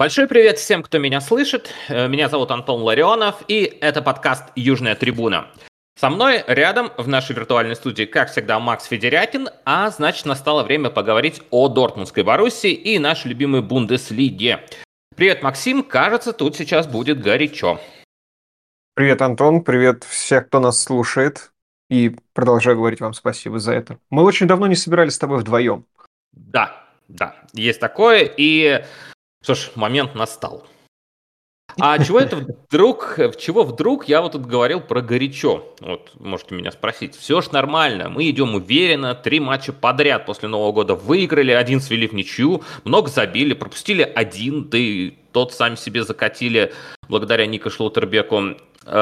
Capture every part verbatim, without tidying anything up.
Большой привет всем, кто меня слышит. Меня зовут Антон Ларионов, и это подкаст «Южная трибуна». Со мной рядом в нашей виртуальной студии, как всегда, Макс Федерякин, а значит, настало время поговорить о Дортмундской Боруссии и нашей любимой Бундеслиге. Привет, Максим, кажется, тут сейчас будет горячо. Привет, Антон, привет всех, кто нас слушает, и продолжаю говорить вам спасибо за это. Мы очень давно не собирались с тобой вдвоем. Да, да, есть такое, и что ж, момент настал. А чего это вдруг, чего вдруг я вот тут говорил про горячо? Вот, можете меня спросить. Все ж нормально, мы идем уверенно, три матча подряд после Нового года выиграли, один свели в ничью, много забили, пропустили один, да и тот сами себе закатили благодаря Нико Шлоттербеку.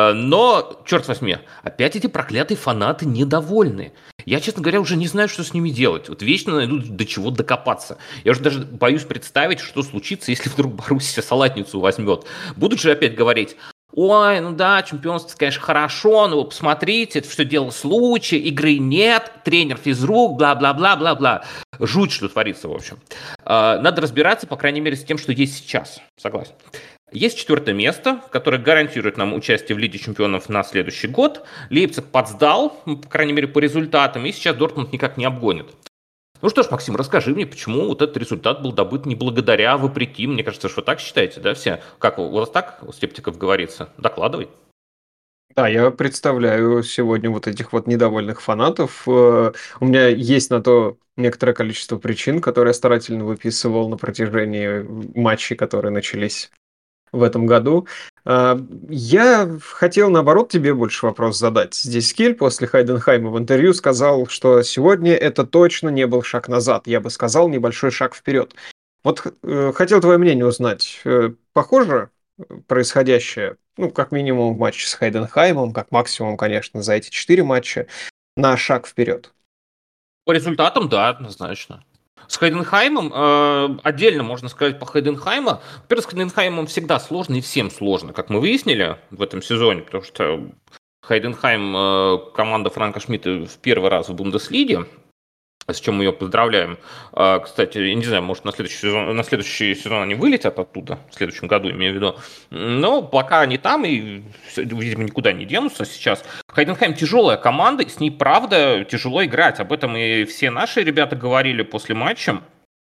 Но, черт возьми, опять эти проклятые фанаты недовольны. Я, честно говоря, уже не знаю, что с ними делать. Вот вечно найдут до чего докопаться. Я уже даже боюсь представить, что случится, если вдруг Боруссия салатницу возьмет. Будут же опять говорить: ой, ну да, чемпионство, конечно, хорошо, но вы посмотрите, это все дело случая, игры нет, тренер физрук, бла-бла-бла-бла-бла. Жуть, что творится, в общем. Надо разбираться, по крайней мере, с тем, что есть сейчас. Согласен. Есть четвертое место, которое гарантирует нам участие в Лиге чемпионов на следующий год. Лейпциг подсдал, по крайней мере, по результатам, и сейчас Дортмунд никак не обгонит. Ну что ж, Максим, расскажи мне, почему вот этот результат был добыт не благодаря, а вопреки. Мне кажется, что так считаете, да, все? Как у вас так, у скептиков говорится? Докладывай. Да, я представляю сегодня вот этих вот недовольных фанатов. Э, У меня есть на то некоторое количество причин, которые я старательно выписывал на протяжении матчей, которые начались в этом году. А, Я хотел, наоборот, тебе больше вопрос задать. Здесь Киль после Хайденхайма в интервью сказал, что сегодня это точно не был шаг назад. Я бы сказал, небольшой шаг вперед. Вот э, хотел твое мнение узнать. Э, Похоже э, происходящее, ну, как минимум в матче с Хайденхаймом, как максимум, конечно, за эти четыре матча, на шаг вперед? По результатам, да, однозначно. С Хайденхаймом, э, отдельно можно сказать по Хайденхайму. Во-первых, с Хайденхаймом всегда сложно и всем сложно, как мы выяснили в этом сезоне, потому что Хайденхайм, э, команда Франка Шмидта в первый раз в Бундеслиге, с чем мы ее поздравляем. А, Кстати, я не знаю, может, на следующий сезон, на следующий сезон они вылетят оттуда, в следующем году, имею в виду. Но пока они там, и, видимо, никуда не денутся сейчас. Хайденхайм тяжелая команда, и с ней, правда, тяжело играть. Об этом и все наши ребята говорили после матча.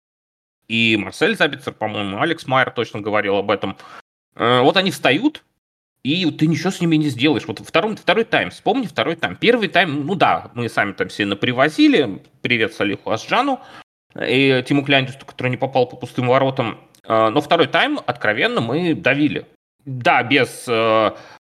И Марсель Забицер, по-моему, Алекс Майер точно говорил об этом. Э, Вот они встают, и ты ничего с ними не сделаешь. Вот второй, второй тайм, вспомни второй тайм. Первый тайм, ну да, мы сами там все напривозили. Привет Салиху Асджану и Тиму Кляндисту, который не попал по пустым воротам. Э, Но второй тайм, откровенно, мы давили. Да, без э,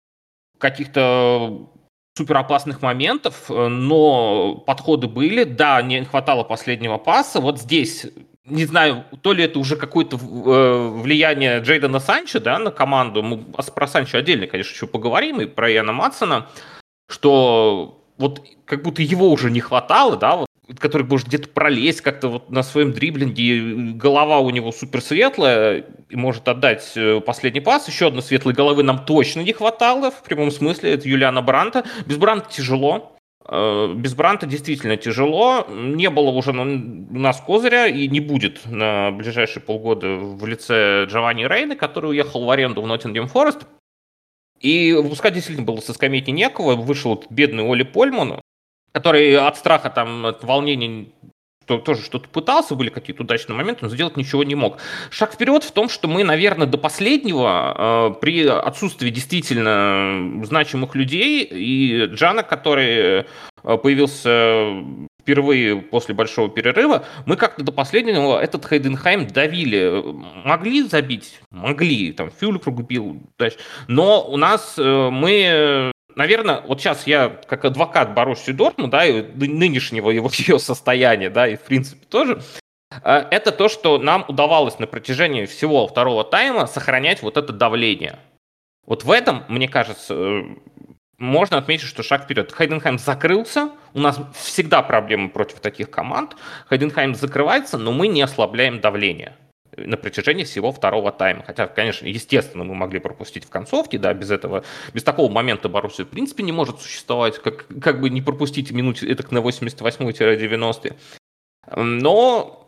каких-то суперопасных моментов, э, но подходы были. Да, не хватало последнего паса. Вот здесь, не знаю, то ли это уже какое-то э, влияние Джейдена Санчо, да, на команду. Мы про Санчо отдельно, конечно, еще поговорим, и про Яна Матсона, что вот как будто его уже не хватало, да, вот, который может где-то пролезть как-то вот на своем дриблинге, голова у него супер светлая, и может отдать э, последний пас. Еще одной светлой головы нам точно не хватало, в прямом смысле, это Юлиана Бранта. Без Бранта тяжело. Э, Без Бранта действительно тяжело. Не было уже у нас козыря и не будет на ближайшие полгода в лице Джованни Рейна, который уехал в аренду в Ноттингем Форест. И выпускать действительно было со скамейки некого. Вышел вот бедный Оли Польман, который от страха, там, от волнения то, тоже что-то пытался, были какие-то удачные моменты, но сделать ничего не мог. Шаг вперед в том, что мы, наверное, до последнего, э, при отсутствии действительно значимых людей, и Джана, который э, появился впервые после большого перерыва, мы как-то до последнего этот Хайденхайм давили. Могли забить? Могли. Там Фюлькруг бил. Но у нас э, мы... Наверное, вот сейчас я как адвокат Боруссии Дортмунда, да, и нынешнего его ее состояния, да, и в принципе тоже, это то, что нам удавалось на протяжении всего второго тайма сохранять вот это давление. Вот в этом, мне кажется, можно отметить, что шаг вперед. Хайденхайм закрылся, у нас всегда проблемы против таких команд. Хайденхайм закрывается, но мы не ослабляем давление на протяжении всего второго тайма. Хотя, конечно, естественно, мы могли пропустить в концовке, да, без этого, без такого момента Боруссия в принципе не может существовать, как, как бы не пропустить минут это на восемьдесят восьмой девяностой. Но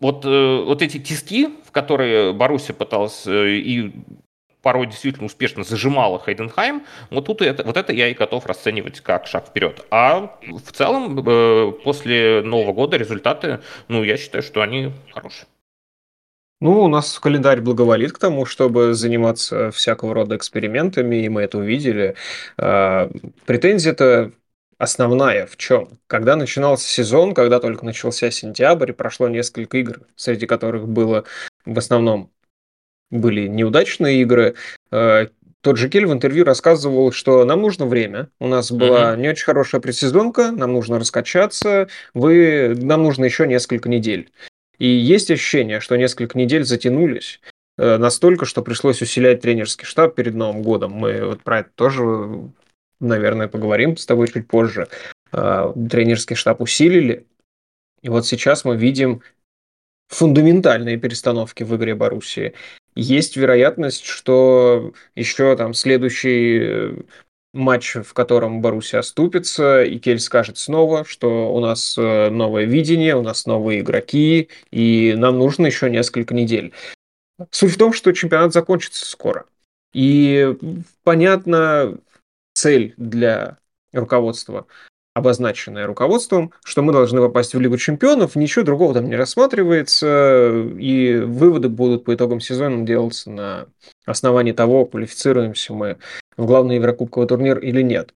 вот, э, вот эти тиски, в которые Боруссия пыталась э, и порой действительно успешно зажимала Хайденхайм, вот тут это, вот это я и готов расценивать как шаг вперед. А в целом э, после Нового года результаты, ну, я считаю, что они хорошие. Ну, у нас календарь благоволит к тому, чтобы заниматься всякого рода экспериментами, и мы это увидели. А, Претензия-то основная в чем? Когда начинался сезон, когда только начался сентябрь, и прошло несколько игр, среди которых было в основном были неудачные игры. Э, Тот же Кель в интервью рассказывал, что нам нужно время. У нас Мгм. была не очень хорошая предсезонка, нам нужно раскачаться, вы... нам нужно еще несколько недель. И есть ощущение, что несколько недель затянулись э, настолько, что пришлось усилять тренерский штаб перед Новым годом. Мы вот про это тоже, наверное, поговорим с тобой чуть позже. Э, Тренерский штаб усилили, и вот сейчас мы видим фундаментальные перестановки в игре Боруссии. Есть вероятность, что еще там следующий э, матч, в котором Боруссия оступится, и Кель скажет снова, что у нас э, новое видение, у нас новые игроки, и нам нужно еще несколько недель. Суть в том, что чемпионат закончится скоро. И понятно, цель для руководства, обозначенная руководством, что мы должны попасть в Лигу чемпионов, ничего другого там не рассматривается, и выводы будут по итогам сезона делаться на основании того, квалифицируемся мы в главный Еврокубковый турнир или нет.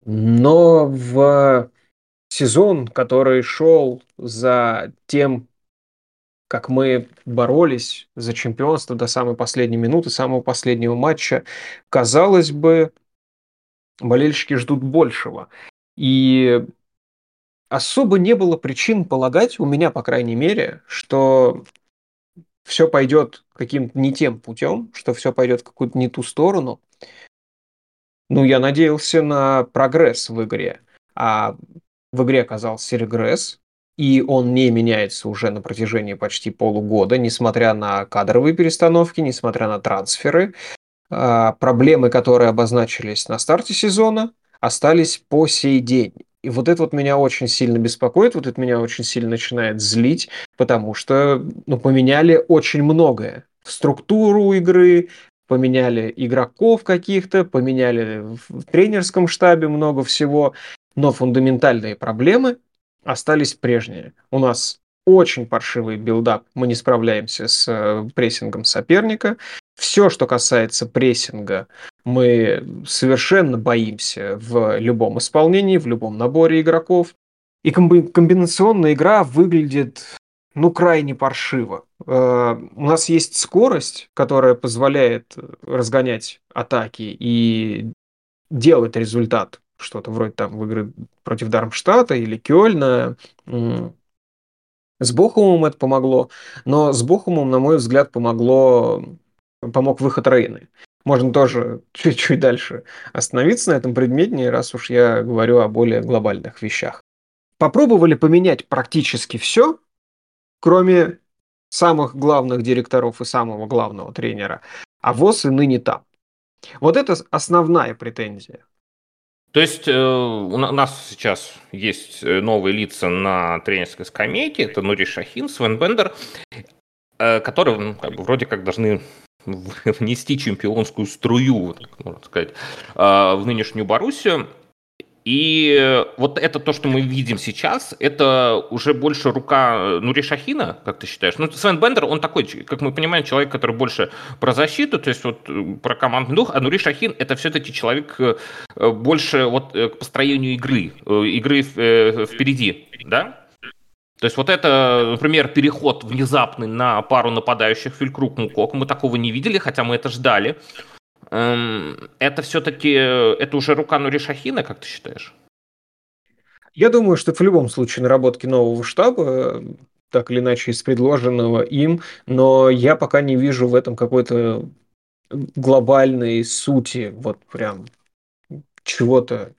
Но в сезон, который шел за тем, как мы боролись за чемпионство до самой последней минуты, самого последнего матча, казалось бы, болельщики ждут большего. И особо не было причин полагать, у меня, по крайней мере, что все пойдет каким-то не тем путем, что все пойдет в какую-то не ту сторону. Ну, я надеялся на прогресс в игре, а в игре оказался регресс, и он не меняется уже на протяжении почти полугода, несмотря на кадровые перестановки, несмотря на трансферы. А, проблемы, которые обозначились на старте сезона, остались по сей день. И вот это вот меня очень сильно беспокоит, вот это меня очень сильно начинает злить, потому что ну, поменяли очень многое. Структуру игры, поменяли игроков каких-то, поменяли в тренерском штабе много всего, но фундаментальные проблемы остались прежние. У нас очень паршивый билдап, мы не справляемся с э, прессингом соперника, все, что касается прессинга, мы совершенно боимся в любом исполнении, в любом наборе игроков. И комби- комбинационная игра выглядит, ну, крайне паршиво. Э, У нас есть скорость, которая позволяет разгонять атаки и делать результат. Что-то вроде там в игры против Дармштадта или Кёльна. М, С Бохумом это помогло, но с Бохумом, на мой взгляд, помогло, помог выход Рейны. Можно тоже чуть-чуть дальше остановиться на этом предмете, раз уж я говорю о более глобальных вещах. Попробовали поменять практически все, кроме самых главных директоров и самого главного тренера. А ВОЗ и ныне там. Вот это основная претензия. То есть э, у на- у нас сейчас есть э, новые лица на тренерской скамейке. Это Нури Шахин, Свен Бендер, э, которые ну, как бы, вроде как должны в- внести чемпионскую струю, вот так можно сказать, э, в нынешнюю Боруссию. И э, вот это то, что мы видим сейчас, это уже больше рука э, Нури Шахина, как ты считаешь? Ну, Свен Бендер, он такой, ч- как мы понимаем, человек, который больше про защиту, то есть вот э, про командный дух, а Нури Шахин это все-таки человек э, э, больше вот э, к построению игры, э, игры в- э, впереди, да? То есть вот это, например, переход внезапный на пару нападающих Фюлькруг Мукок, мы такого не видели, хотя мы это ждали. Эм, Это все-таки, это уже рука Нури Шахина, как ты считаешь? Я думаю, что это в любом случае наработки нового штаба, э, так или иначе из предложенного им, но я пока не вижу в этом какой-то глобальной сути, вот прям чего-то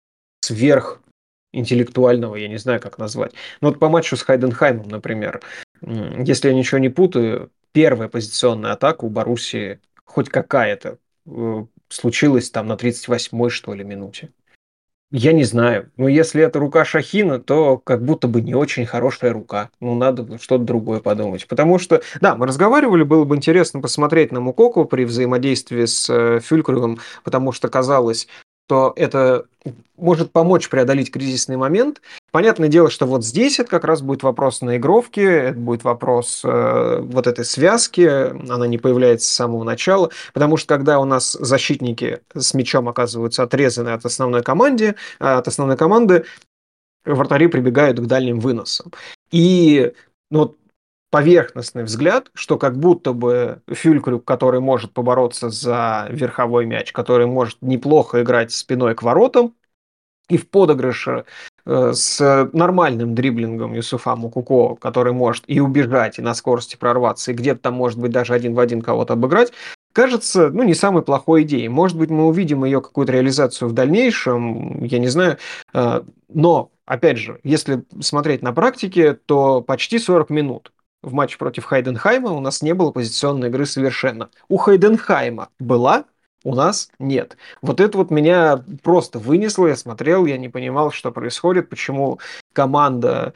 сверхинтеллектуального, я не знаю, как назвать. Ну вот по матчу с Хайденхаймом, например, м, если я ничего не путаю, первая позиционная атака у Боруссии хоть какая-то э, случилась там на тридцать восьмой, что ли, минуте. Я не знаю. Но если это рука Шахина, то как будто бы не очень хорошая рука. Ну, надо бы что-то другое подумать. Потому что, да, мы разговаривали, было бы интересно посмотреть на Мукоку при взаимодействии с э, Фюлькрugом, потому что казалось, что это может помочь преодолеть кризисный момент. Понятное дело, что вот здесь это как раз будет вопрос наигровки, это будет вопрос э, вот этой связки, она не появляется с самого начала, потому что когда у нас защитники с мячом оказываются отрезаны от основной команды, от основной команды, вратари прибегают к дальним выносам. И ну, вот поверхностный взгляд, что как будто бы Фюлькрюг, который может побороться за верховой мяч, который может неплохо играть спиной к воротам, и в подыгрыше э, с нормальным дриблингом Юсуфа Мукуко, который может и убежать, и на скорости прорваться, и где-то там, может быть, даже один в один кого-то обыграть, кажется, ну, не самой плохой идеей. Может быть, мы увидим ее какую-то реализацию в дальнейшем, я не знаю. Э, но, опять же, если смотреть на практике, то почти сорок минут в матче против Хайденхайма у нас не было позиционной игры совершенно. У Хайденхайма была, у нас нет. Вот это вот меня просто вынесло, я смотрел, я не понимал, что происходит, почему команда...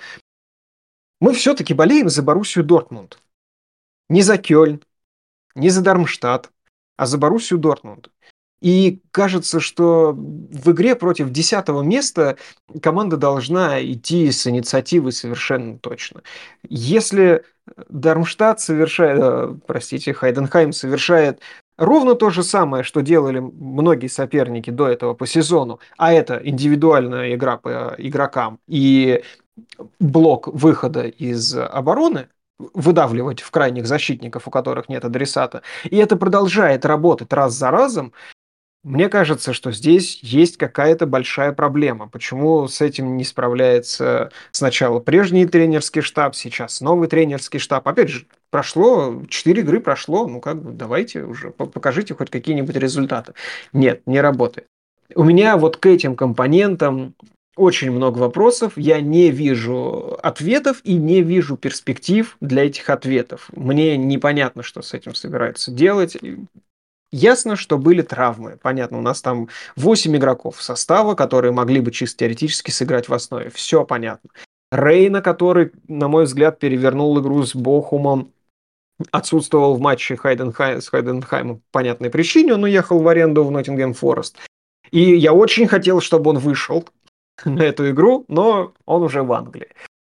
Мы все-таки болеем за Боруссию Дортмунд. Не за Кёльн, не за Дармштадт, а за Боруссию Дортмунд. И кажется, что в игре против десятого места команда должна идти с инициативой совершенно точно. Если Дармштадт совершает, э, простите, Хайденхайм совершает ровно то же самое, что делали многие соперники до этого по сезону, а это индивидуальная игра по игрокам и блок выхода из обороны, выдавливать в крайних защитников, у которых нет адресата, и это продолжает работать раз за разом, мне кажется, что здесь есть какая-то большая проблема. Почему с этим не справляется сначала прежний тренерский штаб, сейчас новый тренерский штаб? Опять же, прошло, четыре игры прошло, ну как бы давайте уже, покажите хоть какие-нибудь результаты. Нет, не работает. У меня вот к этим компонентам очень много вопросов, я не вижу ответов и не вижу перспектив для этих ответов. Мне непонятно, что с этим собираются делать. Ясно, что были травмы. Понятно, у нас там восемь игроков состава, которые могли бы чисто теоретически сыграть в основе. Все понятно. Рейна, который, на мой взгляд, перевернул игру с Бохумом, отсутствовал в матче Хайденхай... с Хайденхаймом по понятной причине, он уехал в аренду в Ноттингем Форест. И я очень хотел, чтобы он вышел на эту игру, но он уже в Англии.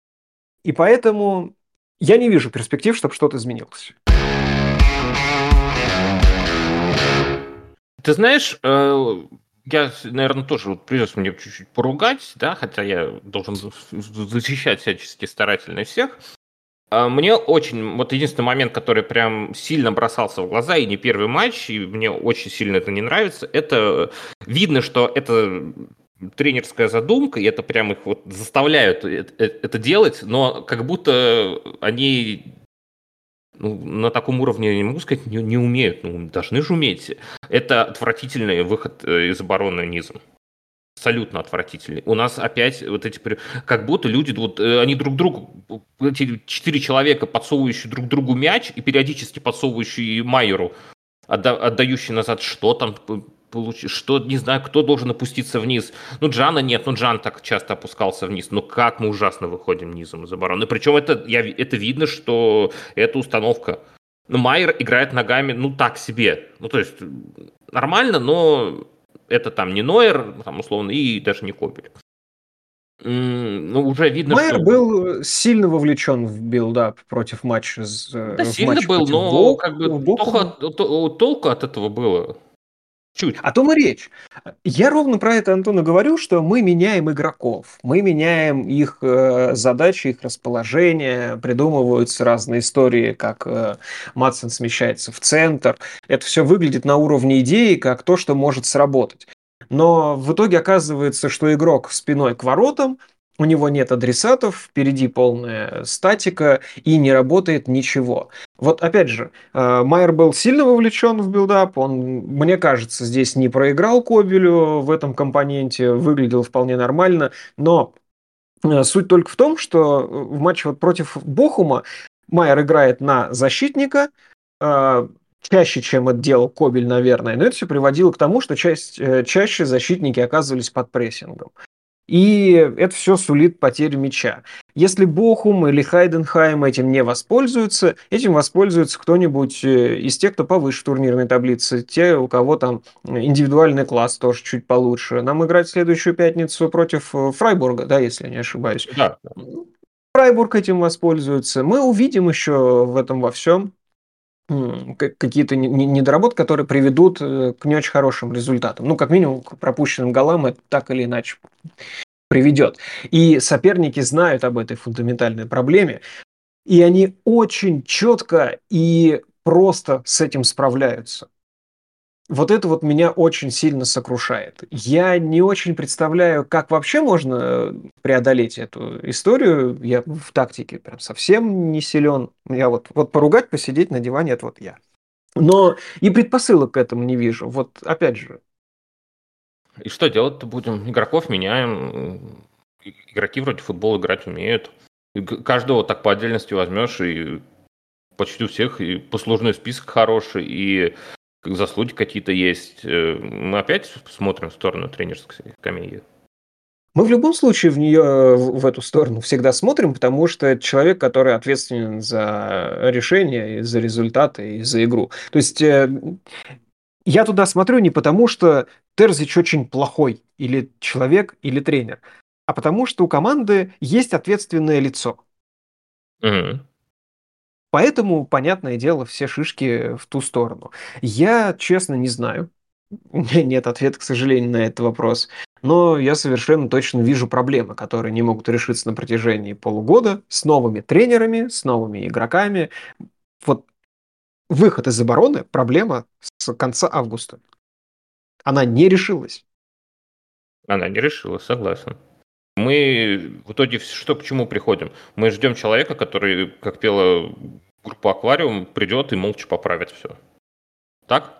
И поэтому я не вижу перспектив, чтобы что-то изменилось. Ты знаешь, э, я, наверное, тоже вот придется мне чуть-чуть поругать, да, хотя я должен защищать всячески старательно всех. А Мне очень, вот единственный момент, который прям сильно бросался в глаза, и не первый матч, и мне очень сильно это не нравится, это видно, что это тренерская задумка, и это прям их вот заставляют э- э- это делать, но как будто они ну, на таком уровне, я не могу сказать, не, не умеют, ну, должны же уметь. Это отвратительный выход э, из обороны низом. Абсолютно отвратительный. У нас опять вот эти, при- как будто люди, вот, э, они друг другу, эти четыре человека, подсовывающие друг другу мяч и периодически подсовывающие Майеру, отда- отдающие назад, что там п- получи- что, не знаю, кто должен опуститься вниз. Ну, Джана нет, ну, Джан так часто опускался вниз. Ну, как мы ужасно выходим низом из обороны. Причем это, я, ви- это видно, что это установка. Ну, Майер играет ногами, ну, так себе. Ну, то есть, нормально, но это там не Нойер, там, условно, и даже не Кобель. М, Ну, уже видно, Майер что был сильно вовлечен в билдап против матча, с- да, в сильно матч был, против но Бох, как бы только, Бохума. то- толку от этого было чуть. О том и речь. Я ровно про это, Антон, и говорю, что мы меняем игроков, мы меняем их э, задачи, их расположение, придумываются разные истории, как э, Матсон смещается в центр. Это все выглядит на уровне идеи, как то, что может сработать. Но в итоге оказывается, что игрок спиной к воротам, у него нет адресатов, впереди полная статика и не работает ничего. Вот опять же, э, Майер был сильно вовлечен в билдап, он, мне кажется, здесь не проиграл Кобелю в этом компоненте, выглядел вполне нормально, но э, суть только в том, что в матче вот против Бохума Майер играет на защитника, э, чаще, чем это делал Кобель, наверное, но это все приводило к тому, что часть, э, чаще защитники оказывались под прессингом. И это все сулит потерю мяча. Если Бохум или Хайденхайм этим не воспользуются, этим воспользуется кто-нибудь э, из тех, кто повыше в турнирной таблице, те, у кого там индивидуальный класс тоже чуть получше. Нам играть в следующую пятницу против э, Фрайбурга, да, если я не ошибаюсь. Да. Фрайбург этим воспользуется. Мы увидим еще в этом во всем какие-то недоработки, которые приведут к не очень хорошим результатам. Ну, как минимум, к пропущенным голам это так или иначе приведет. И соперники знают об этой фундаментальной проблеме, и они очень четко и просто с этим справляются. Вот это вот меня очень сильно сокрушает. Я не очень представляю, как вообще можно преодолеть эту историю. Я в тактике прям совсем не силен. Я вот, вот поругать, посидеть на диване, это вот я. Но и предпосылок к этому не вижу. Вот опять же. И что делать-то будем? Игроков меняем. Игроки вроде в футбол играть умеют. И каждого так по отдельности возьмешь, и почти у всех и послужной список хороший, и заслуги какие-то есть. Мы опять смотрим в сторону тренерской скамьи. Мы в любом случае в нее, в эту сторону всегда смотрим, потому что это человек, который ответственен за решения, за результаты и за игру. То есть я туда смотрю не потому, что Терзич очень плохой или человек, или тренер, а потому что у команды есть ответственное лицо. Угу. Поэтому, понятное дело, все шишки в ту сторону. Я, честно, не знаю. У меня нет ответа, к сожалению, на этот вопрос. Но я совершенно точно вижу проблемы, которые не могут решиться на протяжении полугода с новыми тренерами, с новыми игроками. Вот выход из обороны – проблема с конца августа. Она не решилась. Она не решилась, согласен. Мы в итоге что к чему приходим? Мы ждем человека, который, как пела группа «Аквариум», придет и молча поправит все. Так?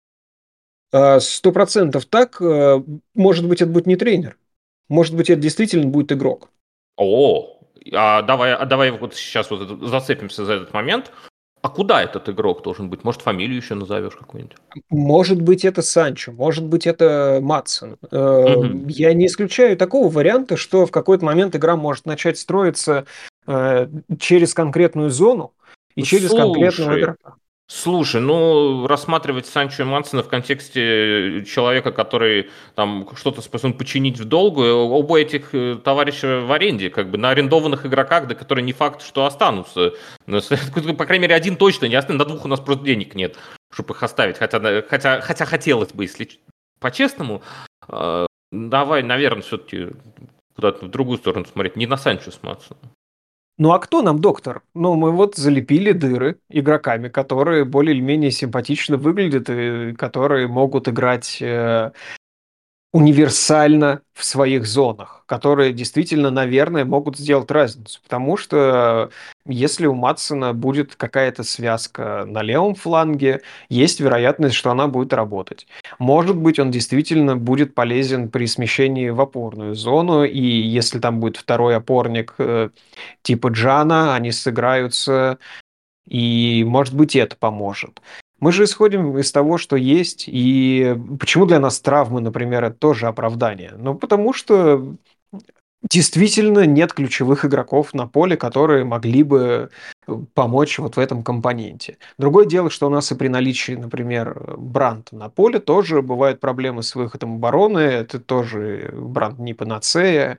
Сто процентов так. Может быть, это будет не тренер. Может быть, это действительно будет игрок. О, а давай, а давай вот сейчас вот зацепимся за этот момент. А куда этот игрок должен быть? Может, фамилию еще назовешь какую-нибудь? Может быть, это Санчо, может быть, это Матсон. Угу. Я не исключаю такого варианта, что в какой-то момент игра может начать строиться через конкретную зону и через Слушай, конкретного игрока. Слушай, ну, рассматривать Санчо и Мансона в контексте человека, который там что-то способен починить в долгую, оба этих товарища в аренде, как бы на арендованных игроках, да, которые не факт, что останутся. По крайней мере, один точно не останется, на двух у нас просто денег нет, чтобы их оставить, хотя, хотя, хотя хотелось бы, если по-честному. Давай, наверное, все-таки куда-то в другую сторону смотреть, не на Санчо с Мансоном. Ну а кто нам доктор? Ну, мы вот залепили дыры игроками, которые более или менее симпатично выглядят и которые могут играть э, универсально в своих зонах, которые действительно, наверное, могут сделать разницу. Потому что если у Матсона будет какая-то связка на левом фланге, есть вероятность, что она будет работать. Может быть, он действительно будет полезен при смещении в опорную зону, и если там будет второй опорник э, типа Джана, они сыграются, и, может быть, это поможет. Мы же исходим из того, что есть, и почему для нас травмы, например, это тоже оправдание? Ну, потому что действительно нет ключевых игроков на поле, которые могли бы помочь вот в этом компоненте. Другое дело, что у нас и при наличии, например, Брандта на поле тоже бывают проблемы с выходом обороны, это тоже Брандт не панацея.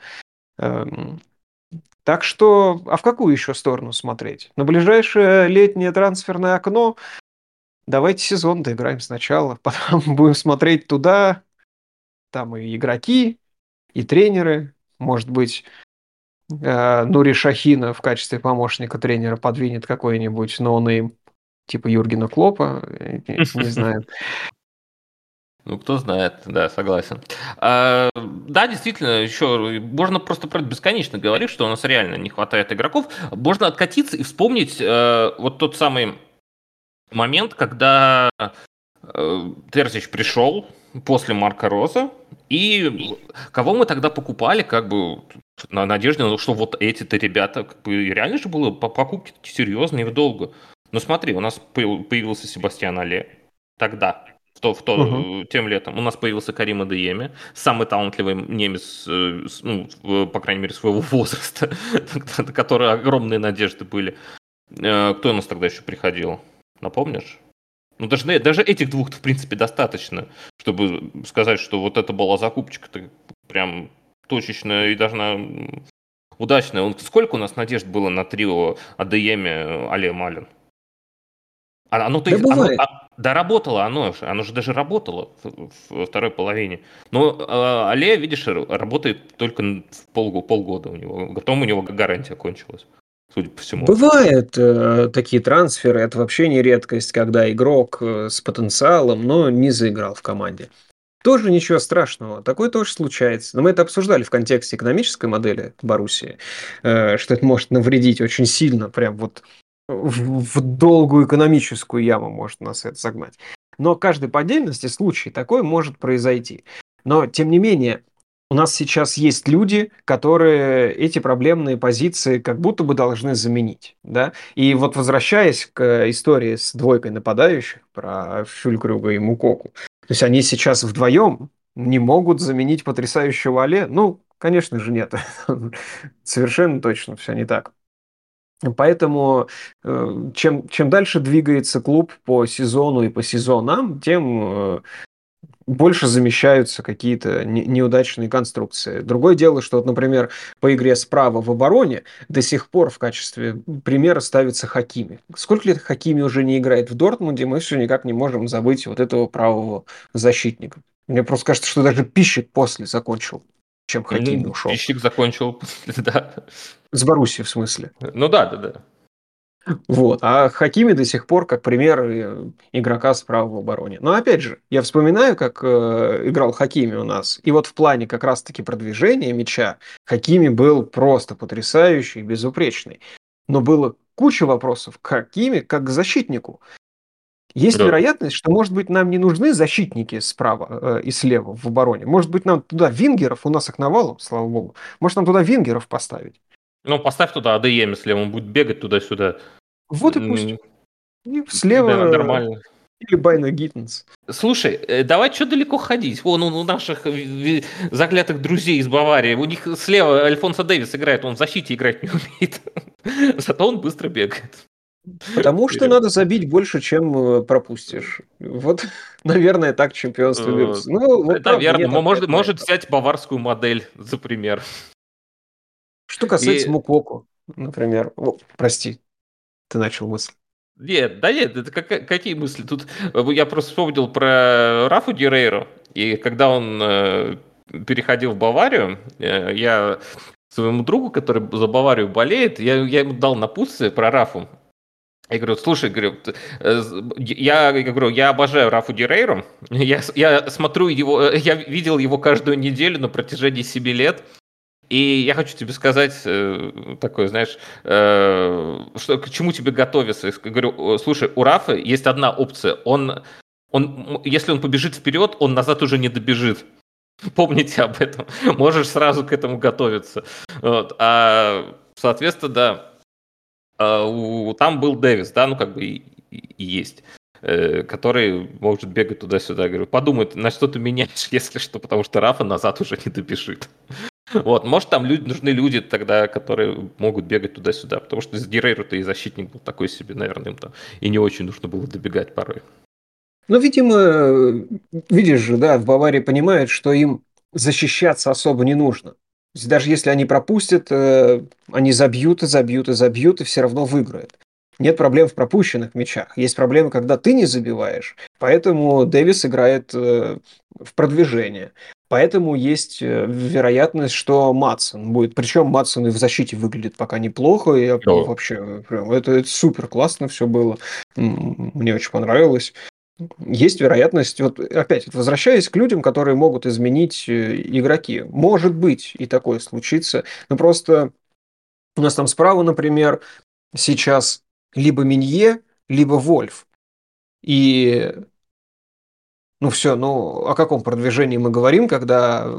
Так что, а в какую еще сторону смотреть? На ближайшее летнее трансферное окно давайте сезон доиграем сначала, потом будем смотреть туда, там и игроки, и тренеры, может быть, э, Нури Шахина в качестве помощника тренера подвинет какой-нибудь ноунейм, типа Юргена Клопа, не, не знаю. Ну, кто знает, да, согласен. А, да, действительно, еще можно просто бесконечно говорить, что у нас реально не хватает игроков. Можно откатиться и вспомнить э, вот тот самый момент, когда э, Терзич пришел после Марка Роза, и кого мы тогда покупали, как бы на надежде, что вот эти-то ребята, как бы реально же было покупки серьезные и в долгу. Ну смотри, у нас появился Себастьян Алле тогда, в то, в Угу. то, тем летом. У нас появился Карим Адeyemi, самый талантливый немец, э, ну, по крайней мере, своего возраста, на который огромные надежды были. Э, Кто у нас тогда еще приходил? Напомнишь? Ну, даже, даже этих двух, в принципе, достаточно, чтобы сказать, что вот это была закупочка-то прям точечная и должна удачная. Сколько у нас надежд было на трио Адeyemi, Алле, Малин? Оно, то Да есть, оно, бывает. а, да, работало оно же, оно же даже работало в, во второй половине. Но э, Алле, видишь, работает только в пол, полгода у него, потом у него гарантия кончилась, судя по всему. Бывают э, такие трансферы, это вообще не редкость, когда игрок э, с потенциалом, но не заиграл в команде. Тоже ничего страшного, такое тоже случается. Но мы это обсуждали в контексте экономической модели Боруссии, э, что это может навредить очень сильно, прям вот в, в долгую экономическую яму может нас это загнать. Но каждый по отдельности случай такой может произойти. Но, тем не менее, у нас сейчас есть люди, которые эти проблемные позиции как будто бы должны заменить. Да? И вот возвращаясь к истории с двойкой нападающих про Фюлькрюга и Мукоку, то есть они сейчас вдвоем не могут заменить потрясающего Алле? Ну, конечно же, нет. Совершенно точно все не так. Поэтому э, чем, чем дальше двигается клуб по сезону и по сезонам, тем э, больше замещаются какие-то не- неудачные конструкции. Другое дело, что, вот, например, по игре справа в обороне до сих пор в качестве примера ставится Хакими. Сколько лет Хакими уже не играет в Дортмунде, мы все никак не можем забыть вот этого правого защитника. Мне просто кажется, что даже Пищик после закончил, чем Хакими Ну, ушел. Пищик закончил, да. С Боруссией, в смысле. Ну да, да, да. Вот. А Хакими до сих пор как пример э, игрока справа в обороне. Но опять же, я вспоминаю, как э, играл Хакими у нас. И вот в плане как раз-таки продвижения мяча Хакими был просто потрясающий, безупречный. Но было куча вопросов к Хакими как к защитнику. Есть Да. вероятность, что, может быть, нам не нужны защитники справа э, и слева в обороне. Может быть, нам туда вингеров, у нас их навалом, слава богу. Может, нам туда вингеров поставить. Ну, поставь туда Адeyemi слева, он будет бегать туда-сюда. Вот и пусть. М, И Да, слева э, нормально. или Байна Гиттенс. Слушай, э, давай что далеко ходить? Вон у наших ви- ви- заклятых друзей из Баварии. У них слева Альфонсо Дэвис играет, он в защите играть не умеет. Зато он быстро бегает. Потому что Вперед. надо забить больше, чем э, пропустишь. Вот, наверное, так чемпионство Э, берутся. Ну, вот правда, Наверное, нет может, ответа на может это. взять баварскую модель, за пример. Что касается И Мукоку, например. О, прости, ты начал мысль. нет, да нет, это как- какие мысли? Тут э, я просто вспомнил про Рафу Геррейру, и когда он э, переходил в Баварию, э, я своему другу, который за Баварию болеет, я, я ему дал напутствие про Рафу. Я говорю, слушай, говорю, т- э, я, я говорю, я обожаю Рафу Геррейру, я, с- я смотрю его, э, я видел его каждую неделю на протяжении семи лет, и я хочу тебе сказать э, такое, знаешь, э, что, к чему тебе готовиться. Я говорю, слушай, у Рафа есть одна опция. Он, он, если он побежит вперед, он назад уже не добежит. Помните об этом. Можешь сразу к этому готовиться. Вот. А, соответственно, да, а у, там был Дэвис, да, ну как бы и, и, и есть, э, который может бегать туда-сюда. Я говорю, подумай, на что ты меняешь, если что, потому что Рафа назад уже не добежит. Вот, может, там люди, нужны люди тогда, которые могут бегать туда-сюда, потому что с Геррейро-то и защитник был такой себе, наверное, им там и не очень нужно было добегать порой. Ну, видимо, э, видишь же, да, в Баварии понимают, что им защищаться особо не нужно. То есть даже если они пропустят, э, они забьют и забьют и забьют, и все равно выиграют. Нет проблем в пропущенных мячах. Есть проблемы, когда ты не забиваешь. Поэтому Дэвис играет э, в продвижение. Поэтому есть э, вероятность, что Матсон будет. Причем Матсон и в защите выглядит пока неплохо. И Да. вообще, э, прям, это, это супер классно все было. М, Мне очень понравилось. Есть вероятность, вот опять вот возвращаясь к людям, которые могут изменить э, игроки. Может быть и такое случится. Но просто у нас там справа, например, сейчас либо Минье, либо Вольф. И, ну все, ну о каком продвижении мы говорим, когда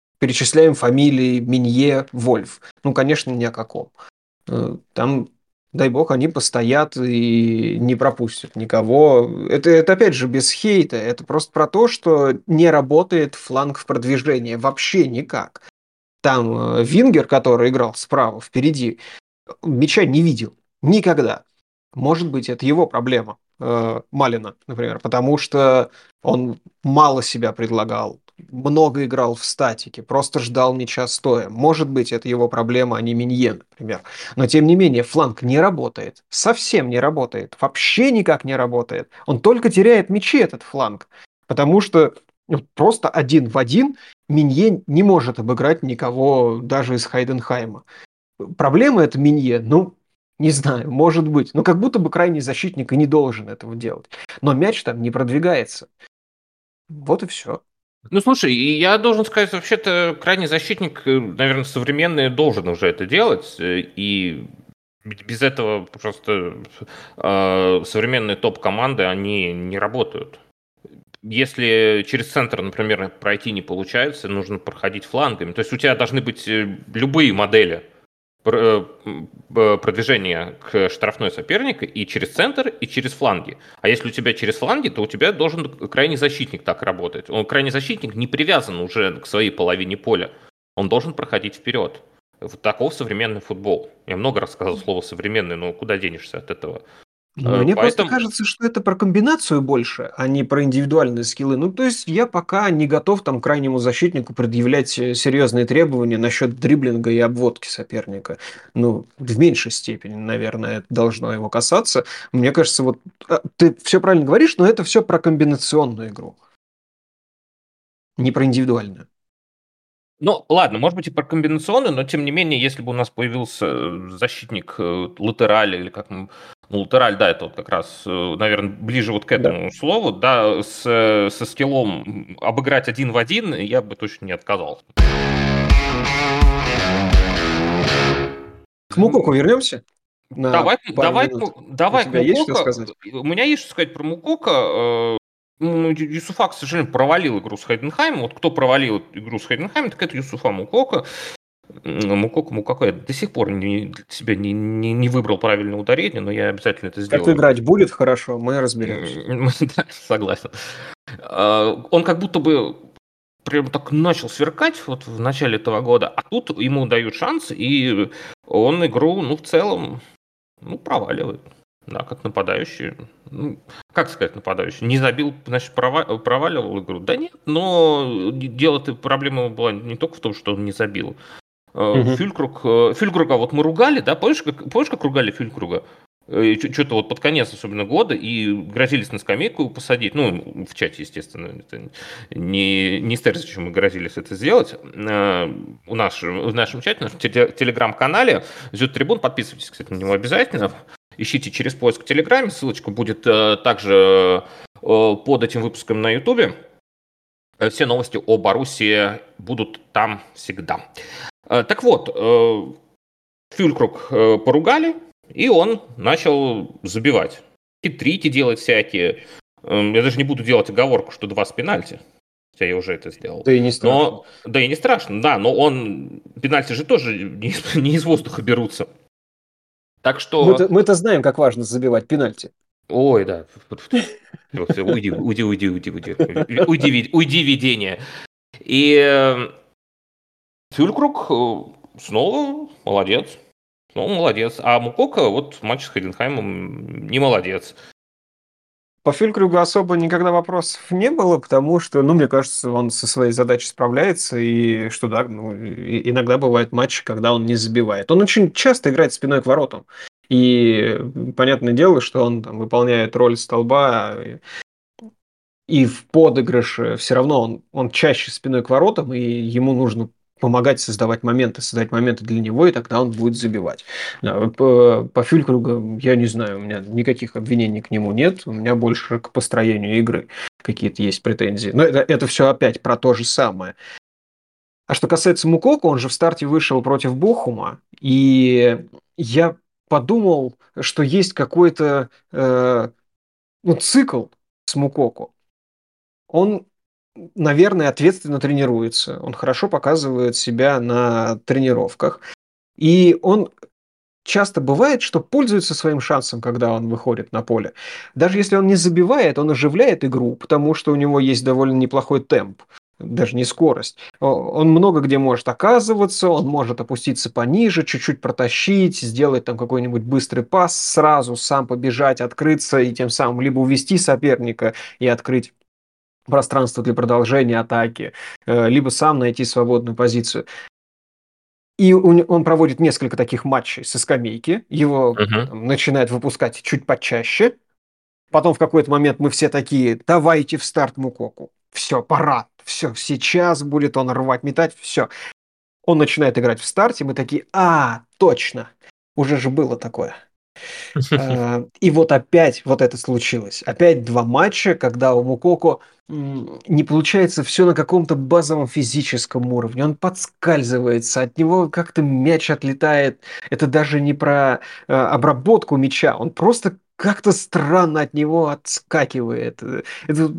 перечисляем фамилии Минье, Вольф? Ну, конечно, ни о каком. Э, Там дай бог, они постоят и не пропустят никого. Это, это опять же без хейта, это просто про то, что не работает фланг в продвижении вообще никак. Там э, Вингер, который играл справа, впереди, мяча не видел. Никогда. Может быть, это его проблема, э, Малина, например, потому что он мало себя предлагал, много играл в статике, просто ждал мяча стоя. Может быть, это его проблема, а не Минье, например. Но, тем не менее, фланг не работает. Совсем не работает. Вообще никак не работает. Он только теряет мячи, этот фланг. Потому что ну, просто один в один Минье не может обыграть никого даже из Хайденхайма. Проблема это Минье, ну, не знаю, может быть. Но как будто бы крайний защитник и не должен этого делать. Но мяч там не продвигается. Вот и все. Ну, слушай, и я должен сказать, вообще-то крайний защитник, э, наверное, современный должен уже это делать, э, и без этого просто э, современные топ-команды, они не работают. Если через центр, например, пройти не получается, нужно проходить флангами. То есть у тебя должны быть э, любые модели пр- э, продвижения к штрафной соперника и через центр, и через фланги. А если у тебя через фланги, то у тебя должен крайний защитник так работать. Он, крайний защитник не привязан уже к своей половине поля. Он должен проходить вперед. Вот таков современный футбол. Я много рассказал слово «современный», но куда денешься от этого? Э, Мне просто Поэтому... кажется, что это про комбинацию больше, а не про индивидуальные скиллы. Ну, то есть я пока не готов там крайнему защитнику предъявлять э, серьезные требования насчет дриблинга и обводки соперника. Ну, в меньшей степени, наверное, это должно его касаться. Мне кажется, вот а, ты все правильно говоришь, но это все про комбинационную игру, не про индивидуальную. Ну, ладно, может быть и про комбинационный, но тем не менее, если бы у нас появился э, защитник э, латераль или как мы- ну, латераль, да, это вот как раз, наверное, ближе вот к Да. этому слову, да, с, э, со скиллом м, обыграть один в один, я бы точно не отказался. К Мукоку вернемся на Давай, пару давай, минут. к- У давай к тебя есть что Мукока. сказать? У меня есть что сказать про Мукока. Э, ну, Ю- Юсуфа, к сожалению, провалил игру с Хайденхаймом. Вот кто провалил игру с Хайденхаймом, так это Юсуфа Мукока. М, Мукока, Мукако, я до сих пор не, для себя не, не, не выбрал правильное ударение, но я обязательно это Как сделаю. играть будет хорошо, мы разберемся. М, Да, согласен. А, Он как будто бы прям так начал сверкать вот в начале этого года, а тут ему дают шанс, и он игру, ну, в целом, ну, проваливает. Да, как нападающий. Ну, как сказать нападающий? Не забил, значит, прова- проваливал игру? Да нет, но дело-то, проблема была не только в том, что он не забил. Э, Мгм. Фюлькруг, э, Фюлькруга вот мы ругали, да, помнишь, как, помнишь, как ругали Фюлькруга? Что-то вот под конец, особенно года, и грозились на скамейку посадить. Ну, в чате, естественно, это не, не с Терзичем мы грозились это сделать. Э, У нас же- в нашем чате, в нашем теле- телеграм-канале Зют Трибун, подписывайтесь, кстати, на него обязательно. Ищите через поиск в Телеграме, ссылочка будет э, также э, под этим выпуском на Ютубе. Э, Все новости о Боруссии будут там всегда. Э, Так вот, э, Фюлькруг э, поругали, и он начал забивать. Хитрить и делать всякие. Эм, Я даже не буду делать оговорку, что два с пенальти. Хотя я уже это сделал. Да и не страшно. Но, да и не страшно, да, но он, пенальти же тоже не из, не из воздуха берутся. Так что, Мы-то, мы-то знаем, как важно забивать пенальти. ой, да, всё, всё, уйди, уйди, уйди, уйди, уйди, уйди, ви- уйди, видение. И э, Фюлькруг э, снова молодец. Ну, молодец. А Мукока вот матч с Хайденхаймом не молодец. По Фюлькругу особо никогда вопросов не было, потому что, ну, мне кажется, он со своей задачей справляется, и что да, ну, и- иногда бывают матчи, когда он не забивает. Он очень часто играет спиной к воротам. И понятное дело, что он там выполняет роль столба, и в подыгрыше все равно он, он чаще спиной к воротам, и ему нужно помогать создавать моменты, создать моменты для него, и тогда он будет забивать. Да, по, по Фюлькругу я не знаю, у меня никаких обвинений к нему нет, у меня больше к построению игры какие-то есть претензии. Но это, это все опять про то же самое. А что касается Мукока, он же в старте вышел против Бохума, и я подумал, что есть какой-то э, ну, цикл с Мукоко. Он, наверное, ответственно тренируется. Он хорошо показывает себя на тренировках. И он часто бывает, что пользуется своим шансом, когда он выходит на поле. Даже если он не забивает, он оживляет игру, потому что у него есть довольно неплохой темп, даже не скорость. Он много где может оказываться, он может опуститься пониже, чуть-чуть протащить, сделать там какой-нибудь быстрый пас, сразу сам побежать, открыться и тем самым либо увести соперника и открыть пространство для продолжения атаки, либо сам найти свободную позицию. И он проводит несколько таких матчей со скамейки, его Мгм. там, начинает выпускать чуть почаще. Потом в какой-то момент мы все такие, давайте в старт Мукоку. Все, пора. Все, сейчас будет он рвать, метать, все. Он начинает играть в старте, мы такие, а, точно, уже же было такое. Э, И вот опять вот это случилось. Опять два матча, когда у Мукоко м, не получается все на каком-то базовом физическом уровне. Он подскальзывается, от него как-то мяч отлетает. Это даже не про э, обработку мяча, он просто как-то странно от него отскакивает. Э, Это,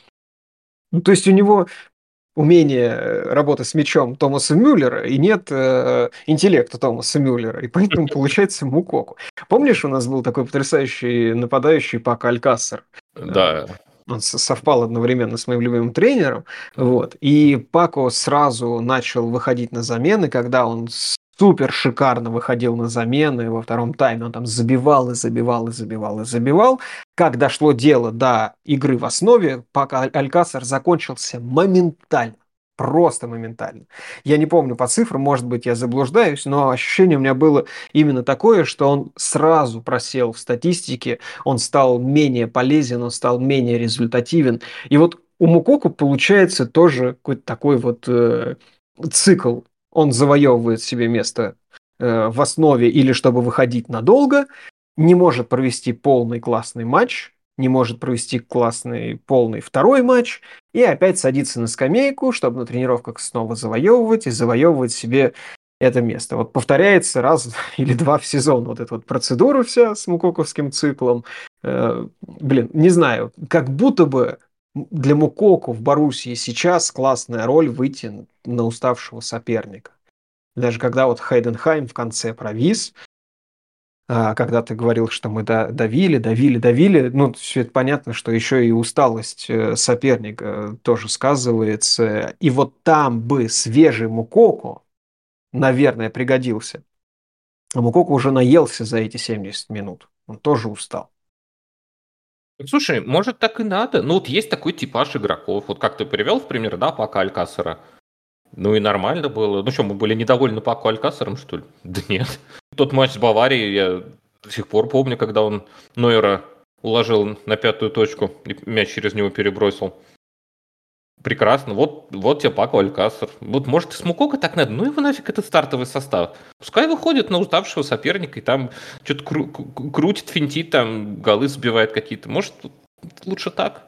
ну, то есть у него умение э, работы с мячом Томаса Мюллера и нет э, интеллекта Томаса Мюллера, и поэтому получается Мукоку. Помнишь, у нас был такой потрясающий нападающий Пако Алькасар? Э, Да. Он с- совпал одновременно с моим любимым тренером, вот, и Пако сразу начал выходить на замены, когда он супер шикарно выходил на замены во втором тайме, он там забивал и забивал и забивал и забивал. Как дошло дело до игры в основе, пока Алькасар закончился моментально. Просто моментально. Я не помню по цифрам, может быть, я заблуждаюсь, но ощущение у меня было именно такое, что он сразу просел в статистике, он стал менее полезен, он стал менее результативен. И вот у Мукоку получается тоже какой-то такой вот э, цикл. Он завоевывает себе место э, в основе или чтобы выходить надолго, не может провести полный классный матч, не может провести классный полный второй матч, и опять садится на скамейку, чтобы на тренировках снова завоевывать и завоевывать себе это место. Вот повторяется раз или два в сезон вот эта вот процедура вся с мукоковским циклом. Э, блин, не знаю, как будто бы для Мукоку в Боруссии сейчас классная роль выйти на уставшего соперника. Даже когда вот Хайденхайм в конце провис, а, когда ты говорил, что мы да- давили, давили, давили, ну, все это понятно, что еще и усталость э, соперника тоже сказывается. И вот там бы свежий Мукоку, наверное, пригодился. А Мукоку уже наелся за эти семьдесят минут. Он тоже устал. Слушай, может, так и надо? Ну, вот есть такой типаж игроков. Вот как ты привел в пример, да, Пако Алькасара. Ну и нормально было. Ну что, мы были недовольны Пако Алькасаром, что ли? Да нет. Тот матч с Баварией я до сих пор помню, когда он Нойера уложил на пятую точку и мяч через него перебросил. Прекрасно. Вот, вот тебе Пако Алькасар. Вот, может, и с Мукоко так надо. Ну его нафиг этот стартовый состав. Пускай выходит на уставшего соперника и там что-то кру- кру- крутит, финтит, там голы сбивает какие-то. Может, лучше так?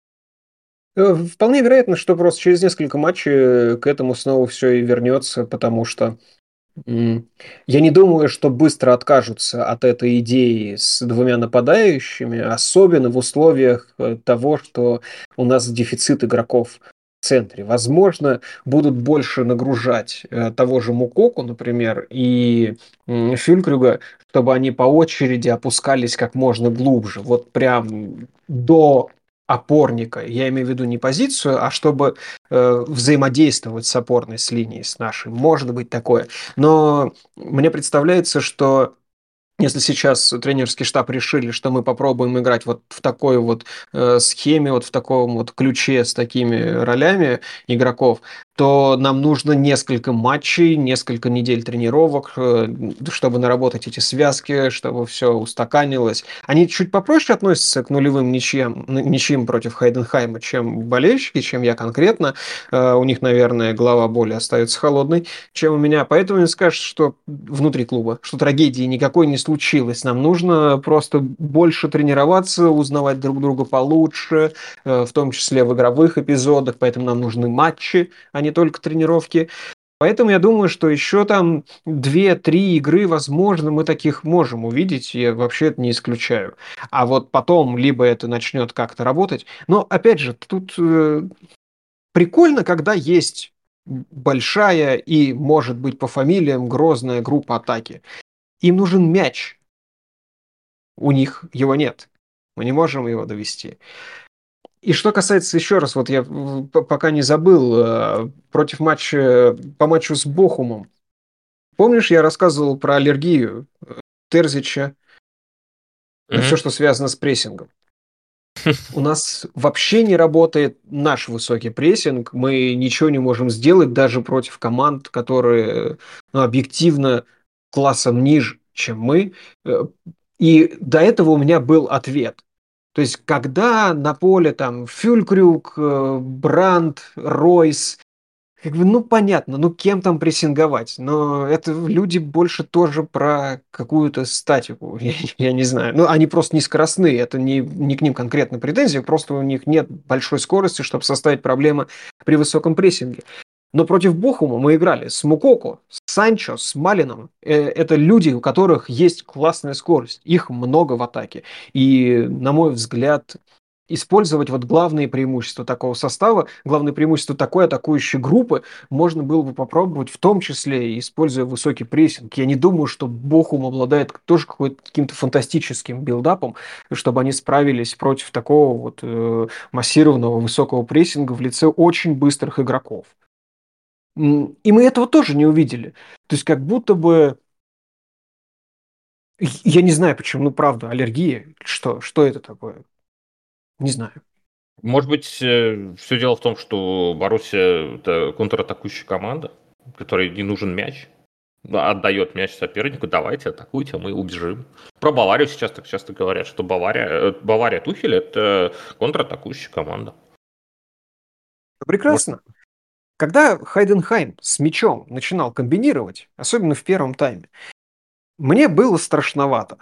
Э, Вполне вероятно, что просто через несколько матчей к этому снова все и вернется, потому что М, я не думаю, что быстро откажутся от этой идеи с двумя нападающими, особенно в условиях э, того, что у нас дефицит игроков в центре. Возможно, будут больше нагружать э, того же Мукоку, например, и м, Фюлькрюга, чтобы они по очереди опускались как можно глубже, вот прям до опорника. Я имею в виду не позицию, а чтобы э, взаимодействовать с опорной, с линией, с нашей. Может быть такое. Но мне представляется, что если сейчас тренерский штаб решили, что мы попробуем играть вот в такой вот э, схеме, вот в таком вот ключе с такими ролями игроков, то нам нужно несколько матчей, несколько недель тренировок, э, чтобы наработать эти связки, чтобы все устаканилось. Они чуть попроще относятся к нулевым ничьям, н- ничьим против Хайденхайма, чем болельщики, чем я конкретно. Э, у них, наверное, голова более остается холодной, чем у меня. Поэтому мне скажут, что внутри клуба, что трагедии никакой не случилось. Нам нужно просто больше тренироваться, узнавать друг друга получше, э, в том числе в игровых эпизодах. Поэтому нам нужны матчи, а не только тренировки. Поэтому я думаю, что еще там две-три игры, возможно, мы таких можем увидеть, я вообще это не исключаю. А вот потом либо это начнет как-то работать. Но, опять же, тут э, прикольно, когда есть большая и, может быть, по фамилиям грозная группа атаки. Им нужен мяч. У них его нет. Мы не можем его довести. И что касается, еще раз, вот я пока не забыл, против матча, по матчу с Бохумом. Помнишь, я рассказывал про аллергию Терзича на все, что связано с прессингом? У нас вообще не работает наш высокий прессинг. Мы ничего не можем сделать даже против команд, которые, ну, объективно классом ниже, чем мы. И до этого у меня был ответ. То есть, когда на поле там Фюлькрюг, Брандт, Ройс, как бы, ну, понятно, ну, кем там прессинговать, но это люди больше тоже про какую-то статику, я, я не знаю. Ну, они просто не скоростные, это не, не к ним конкретно претензии, просто у них нет большой скорости, чтобы составить проблемы при высоком прессинге. Но против Бохума мы играли с Мукоко, с Санчо, с Малином. Это люди, у которых есть классная скорость. Их много в атаке. И, на мой взгляд, использовать вот главные преимущества такого состава, главное преимущество такой атакующей группы можно было бы попробовать, в том числе используя высокий прессинг. Я не думаю, что Бохум обладает тоже каким-то фантастическим билдапом, чтобы они справились против такого вот э, массированного высокого прессинга в лице очень быстрых игроков. И мы этого тоже не увидели. То есть как будто бы... Я не знаю почему, ну правда, аллергия. Что, что это такое? Не знаю. Может быть, все дело в том, что Боруссия – это контратакующая команда, которой не нужен мяч. Отдает мяч сопернику, давайте, атакуйте, а мы убежим. Про Баварию сейчас так часто говорят, что Бавария, Бавария Тухеля – это контратакующая команда. Прекрасно. Может... Когда Хайденхайм с мячом начинал комбинировать, особенно в первом тайме, мне было страшновато.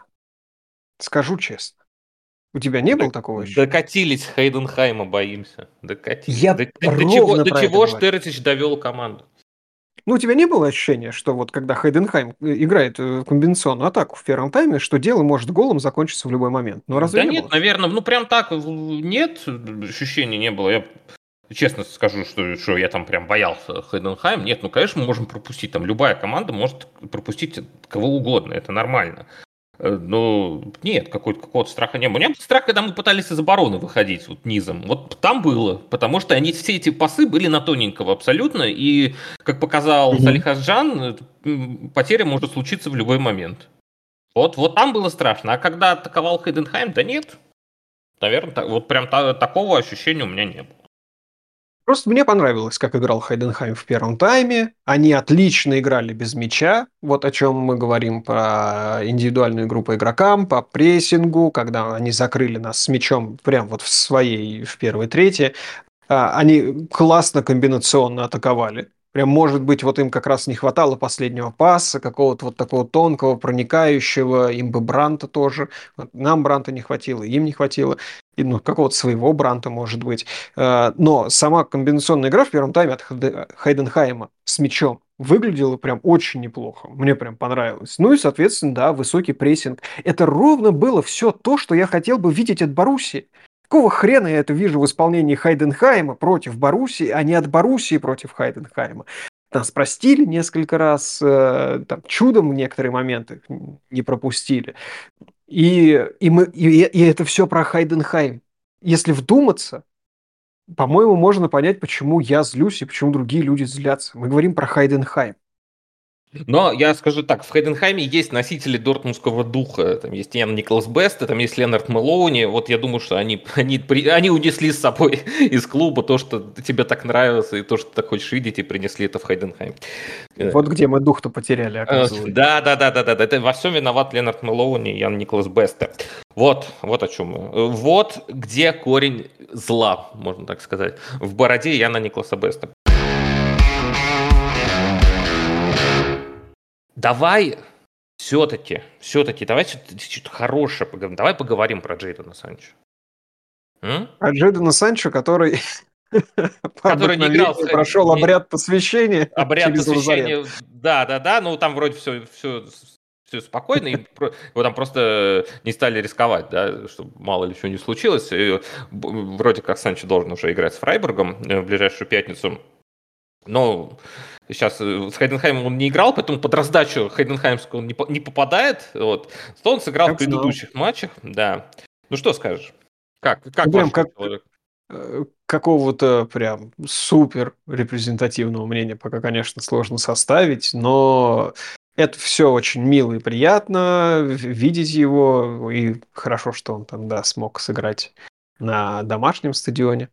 Скажу честно. У тебя не было такого ощущения? Докатились Хайденхайма, боимся. Докатились. Я до, ровно до чего, про до чего это Штеретич довел команду? Ну, у тебя не было ощущения, что вот когда Хайденхайм играет комбинационную атаку в первом тайме, что дело может голом закончиться в любой момент? Ну, разве да не нет, было? наверное, ну прям так нет, ощущений не было. Я честно скажу, что, что я там прям боялся Хайденхайм. Нет, ну, конечно, мы можем пропустить. Там любая команда может пропустить кого угодно, это нормально. Но нет, какой-то, какого-то страха не было. У меня был страх, когда мы пытались из обороны выходить вот низом. Вот там было, потому что они все эти пасы были на тоненького абсолютно. И, как показал mm-hmm. Салих Асджан, потеря может случиться в любой момент. Вот, вот там было страшно. А когда атаковал Хайденхайм, да нет. Наверное, так, вот прям та, такого ощущения у меня не было. Просто мне понравилось, как играл Хайденхайм в первом тайме. Они отлично играли без мяча. Вот о чем мы говорим про индивидуальную игру по игрокам, по прессингу, когда они закрыли нас с мячом прям вот в своей, в первой трети. Они классно комбинационно атаковали. Прям, может быть, вот им как раз не хватало последнего паса, какого-то вот такого тонкого, проникающего. Им бы Бранта тоже. Нам Бранта не хватило, им не хватило. И, ну, какого-то своего Бранта, может быть. Но сама комбинационная игра в первом тайме от Хайденхайма с мячом выглядела прям очень неплохо. Мне прям понравилось. Ну и, соответственно, да, высокий прессинг. Это ровно было все то, что я хотел бы видеть от Боруссии. Какого хрена я это вижу в исполнении Хайденхайма против Боруссии, а не от Боруссии против Хайденхайма? Нас простили несколько раз, э, там, чудом в некоторые моменты не пропустили. И, и, мы, и, и это все про Хайденхайм. Если вдуматься, по-моему, можно понять, почему я злюсь и почему другие люди злятся. Мы говорим про Хайденхайм. Но я скажу так, в Хайденхайме есть носители дортмундского духа. Там есть Ян Никлас Бест, там есть Ленард Мелоуни. Вот я думаю, что они, они, они унесли с собой из клуба то, что тебе так нравилось, и то, что ты так хочешь видеть, и принесли это в Хайденхайм. Вот где мы дух-то потеряли, оказывается. Да, да, да, да, да. Это во всем виноват Ленард Мелоуни и Ян Никлас Бест. Вот, вот о чем мы. Вот где корень зла, можно так сказать. В бороде Яна Никласа Беста. Давай все-таки, все-таки, давай что-то, что-то хорошее поговорим. Давай поговорим про Джейдена Санчо. М? А Джейдена Санчо, который, который не играл, прошел обряд посвящения. Обряд посвящения, да, да, да. Ну там вроде все, все, все спокойно, и его там просто не стали рисковать, да, чтобы мало ли чего не случилось. И вроде как Санчо должен уже играть с Фрайбургом в ближайшую пятницу. Но сейчас с Хайденхаймом он не играл, поэтому под раздачу Хайденхаймскую он не, по- не попадает. Вот. Зато он сыграл в Как знал. предыдущих матчах, да. Ну что скажешь? Как, как Ну, прям ваш как человек? э, какого-то прям супер репрезентативного мнения пока, конечно, сложно составить, но это все очень мило и приятно в- видеть его, и хорошо, что он там, да, смог сыграть на домашнем стадионе.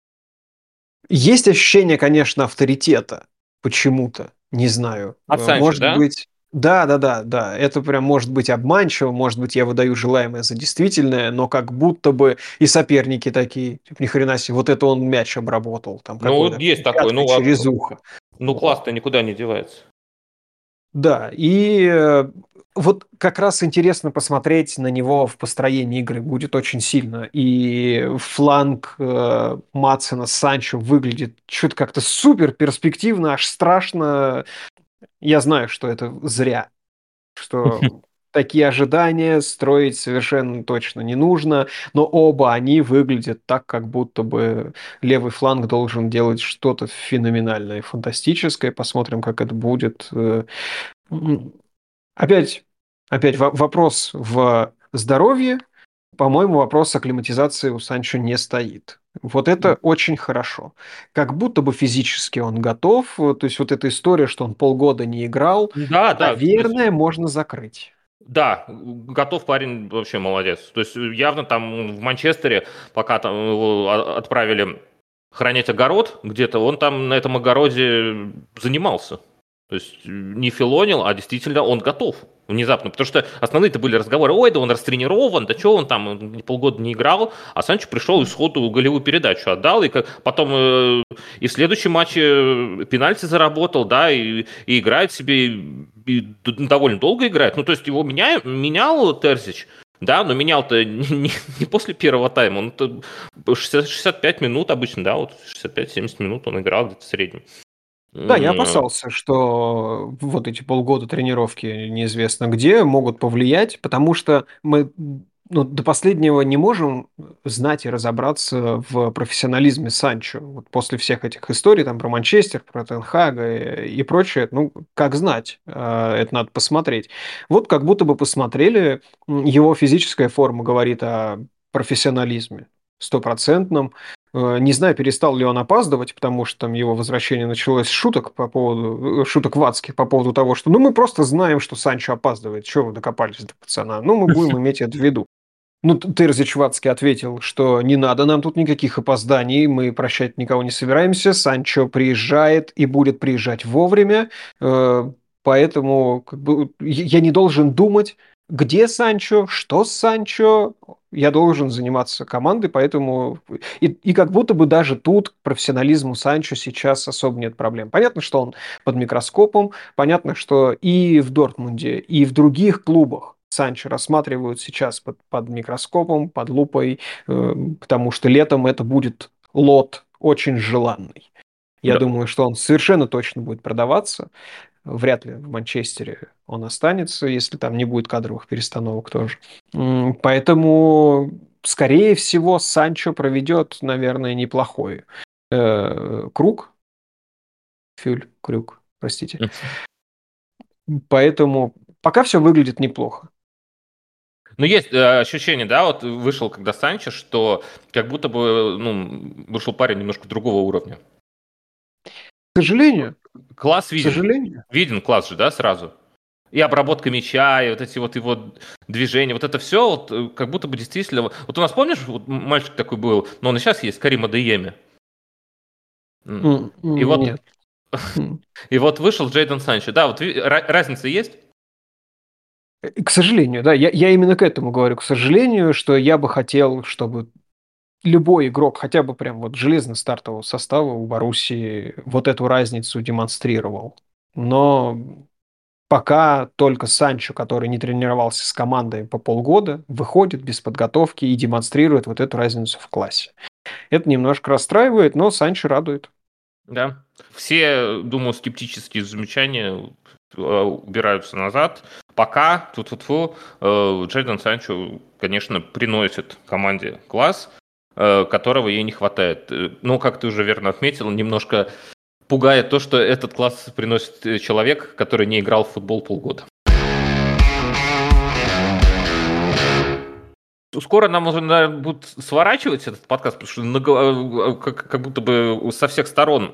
Есть ощущение, конечно, авторитета почему-то, не знаю. От Э, Санчо, Может да? быть, да, да, да, да, это прям может быть обманчиво, может быть, я выдаю желаемое за действительное, но как будто бы и соперники такие, типа, ни хрена себе, вот это он мяч обработал, там Ну, какой-то есть такой. пяткой Ну, а- через ухо. ну Вот. класс-то никуда не девается. Да, и э, вот как раз интересно посмотреть на него в построении игры будет очень сильно. И фланг э, Матсена с Санчо выглядит что-то как-то супер перспективно, аж страшно. Я знаю, что это зря, что такие ожидания строить совершенно точно не нужно, но оба они выглядят так, как будто бы левый фланг должен делать что-то феноменальное, фантастическое. Посмотрим, как это будет. Э, м, Опять, опять во- вопрос в здоровье. По-моему, вопрос акклиматизации у Санчо не стоит. Вот это очень хорошо. Как будто бы физически он готов. Вот, то есть вот эта история, что он полгода не играл, Да, да, кстати. наверное, можно закрыть. Да, готов парень вообще молодец. То есть явно там в Манчестере, пока там его а- отправили хранить огород где-то, он там на этом огороде занимался. То есть не филонил, а действительно он готов внезапно. Потому что основные-то были разговоры, ой, да он растренирован, да что он там он полгода не играл, а Санчо пришел и сходу голевую передачу отдал, и как, потом э, и в следующем матче пенальти заработал, да, и, и играет себе, и довольно долго играет. Ну, то есть его меня, менял Терзич, да, но менял-то не, не, не после первого тайма, он шестьдесят, шестьдесят пять минут обычно, да, вот шестьдесят пять семьдесят минут он играл где-то в среднем. Да, я М, опасался, что вот эти полгода тренировки неизвестно где могут повлиять, потому что мы ну, до последнего не можем знать и разобраться в профессионализме Санчо. Вот после всех этих историй там про Манчестер, про Тенхага и, и прочее, ну, как знать, э, это надо посмотреть. Вот как будто бы посмотрели, м, его физическая форма говорит о профессионализме стопроцентном. Э, Не знаю, перестал ли он опаздывать, потому что там его возвращение началось с шуток по поводу, э, шуток ватских по поводу того, что ну мы просто знаем, что Санчо опаздывает, чего вы докопались до пацана, ну мы будем иметь это в виду. Ну, Т- Терзич Ватский ответил, что не надо нам тут никаких опозданий, мы прощать никого не собираемся, Санчо приезжает и будет приезжать вовремя, э, поэтому как бы, я я не должен думать, где Санчо, что с Санчо, я должен заниматься командой, поэтому и, и как будто бы даже тут к профессионализму Санчо сейчас особо нет проблем. Понятно, что он под микроскопом, понятно, что и в Дортмунде, и в других клубах Санчо рассматривают сейчас под, под микроскопом, под лупой, э, потому что летом это будет лот очень желанный. Я да. думаю, что он совершенно точно будет продаваться. Вряд ли в Манчестере он останется, если там не будет кадровых перестановок тоже. М, Поэтому, скорее всего, Санчо проведет, наверное, неплохой э, круг. Фюль, крюк, простите. Поэтому пока все выглядит неплохо. Ну, есть э, ощущение, да, вот вышел когда Санчо, что как будто бы, ну, вышел парень немножко другого уровня. К сожалению, Класс к виден. сожалению. Виден класс же, да, сразу. И обработка мяча, и вот эти вот его движения, вот это все, вот, э, как будто бы действительно... Вот у нас, помнишь, вот мальчик такой был, но он и сейчас есть, Карим Адeyemi. М. М, И м, вот, Нет. М. и вот вышел Джейден Санчо. Да, вот ви- ра- разница есть? Э, К сожалению, да, я, я именно к этому говорю. К сожалению, что я бы хотел, чтобы любой игрок хотя бы прям вот железно-стартового состава у Боруссии вот эту разницу демонстрировал. Но пока только Санчо, который не тренировался с командой по полгода, выходит без подготовки и демонстрирует вот эту разницу в классе. Это немножко расстраивает, но Санчо радует. Да. Все, думаю, скептические замечания э, убираются назад. Пока, тут-тут-фу, Джейден Санчо, конечно, приносит команде класс, э, которого ей не хватает. Э, Но, как ты уже верно отметил, немножко пугает то, что этот класс приносит человек, который не играл в футбол полгода. Скоро нам уже, наверное, будут сворачивать этот подкаст, потому что как, как будто бы со всех сторон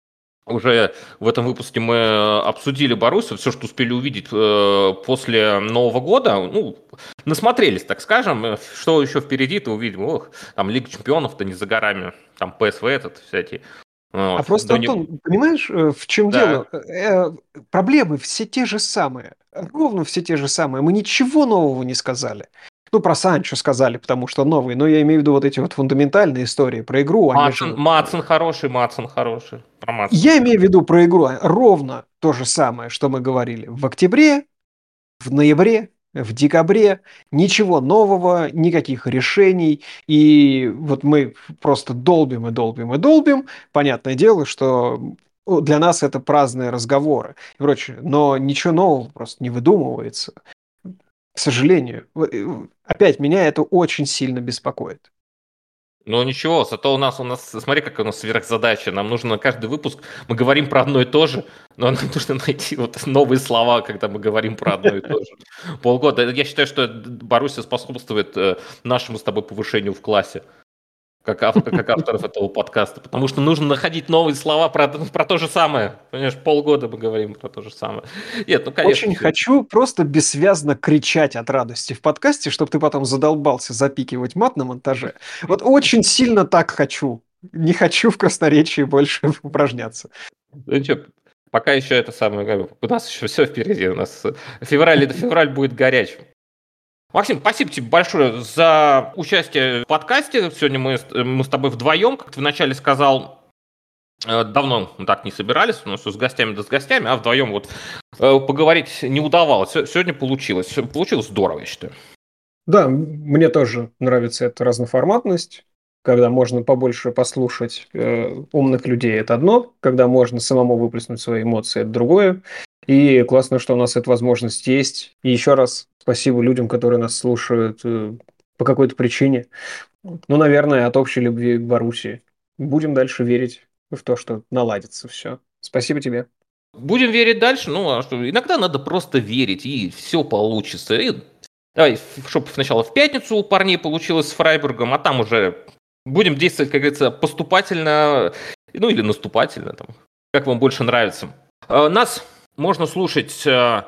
уже в этом выпуске мы обсудили Боруссию, все, что успели увидеть э, после Нового года. Ну, насмотрелись, так скажем. Что еще впереди-то увидим? Ох, там Лига Чемпионов-то не за горами, там ПСВ этот всякий. Вот. А просто, Антон, не... понимаешь, в чем да. дело? Э, проблемы все те же самые. Ровно все те же самые. Мы ничего нового не сказали. Ну, про Санчо сказали, потому что новый. Но я имею в виду вот эти вот фундаментальные истории про игру. Матсон, же... Матсон хороший, Матсон хороший. Про Матсон. Я имею в виду про игру. Ровно то же самое, что мы говорили в октябре, в ноябре, в декабре. Ничего нового, никаких решений. И вот мы просто долбим и долбим и долбим. Понятное дело, что для нас это праздные разговоры и прочее. Но ничего нового просто не выдумывается. К сожалению. Опять меня это очень сильно беспокоит. Ну ничего, зато у нас, у нас, смотри, какая у нас сверхзадача. Нам нужно на каждый выпуск, мы говорим про одно и то же, но нам нужно найти вот новые слова, когда мы говорим про одно и то же. Полгода. Я считаю, что Боруссия способствует нашему с тобой повышению в классе. Как, автор, как авторов этого подкаста, потому что нужно находить новые слова про, про то же самое. Понимаешь, полгода мы говорим про то же самое. Нет, ну, конечно. Очень хочу просто бессвязно кричать от радости в подкасте, чтобы ты потом задолбался запикивать мат на монтаже. Вот очень сильно так хочу. Не хочу в красноречии больше упражняться. Ну что, пока еще это самое... У нас еще все впереди. У нас февраль до февраль будет горячим. Максим, спасибо тебе большое за участие в подкасте. Сегодня мы, мы с тобой вдвоем, как ты вначале сказал, давно мы так не собирались, ну, с гостями да с гостями, а вдвоем вот поговорить не удавалось. Сегодня получилось. Получилось здорово, я считаю. Да, мне тоже нравится эта разноформатность. Когда можно побольше послушать э, умных людей, это одно. Когда можно самому выплеснуть свои эмоции, это другое. И классно, что у нас эта возможность есть. И еще раз спасибо людям, которые нас слушают э, по какой-то причине. Ну, наверное, от общей любви к Боруссии. Будем дальше верить в то, что наладится все. Спасибо тебе. Будем верить дальше. Ну, а что? Иногда надо просто верить, и все получится. И давай, чтобы сначала в пятницу у парней получилось с Фрайбургом, а там уже будем действовать, как говорится, поступательно, ну или наступательно, там, как вам больше нравится. Нас можно слушать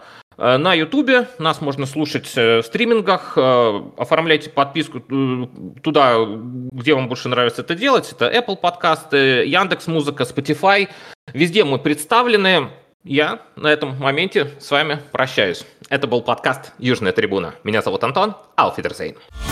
на Ютубе, нас можно слушать в стримингах. Оформляйте подписку туда, где вам больше нравится это делать. Это Apple подкасты, Яндекс.Музыка, Spotify. Везде мы представлены. Я на этом моменте с вами прощаюсь. Это был подкаст «Южная трибуна». Меня зовут Антон. Auf Wiedersehen.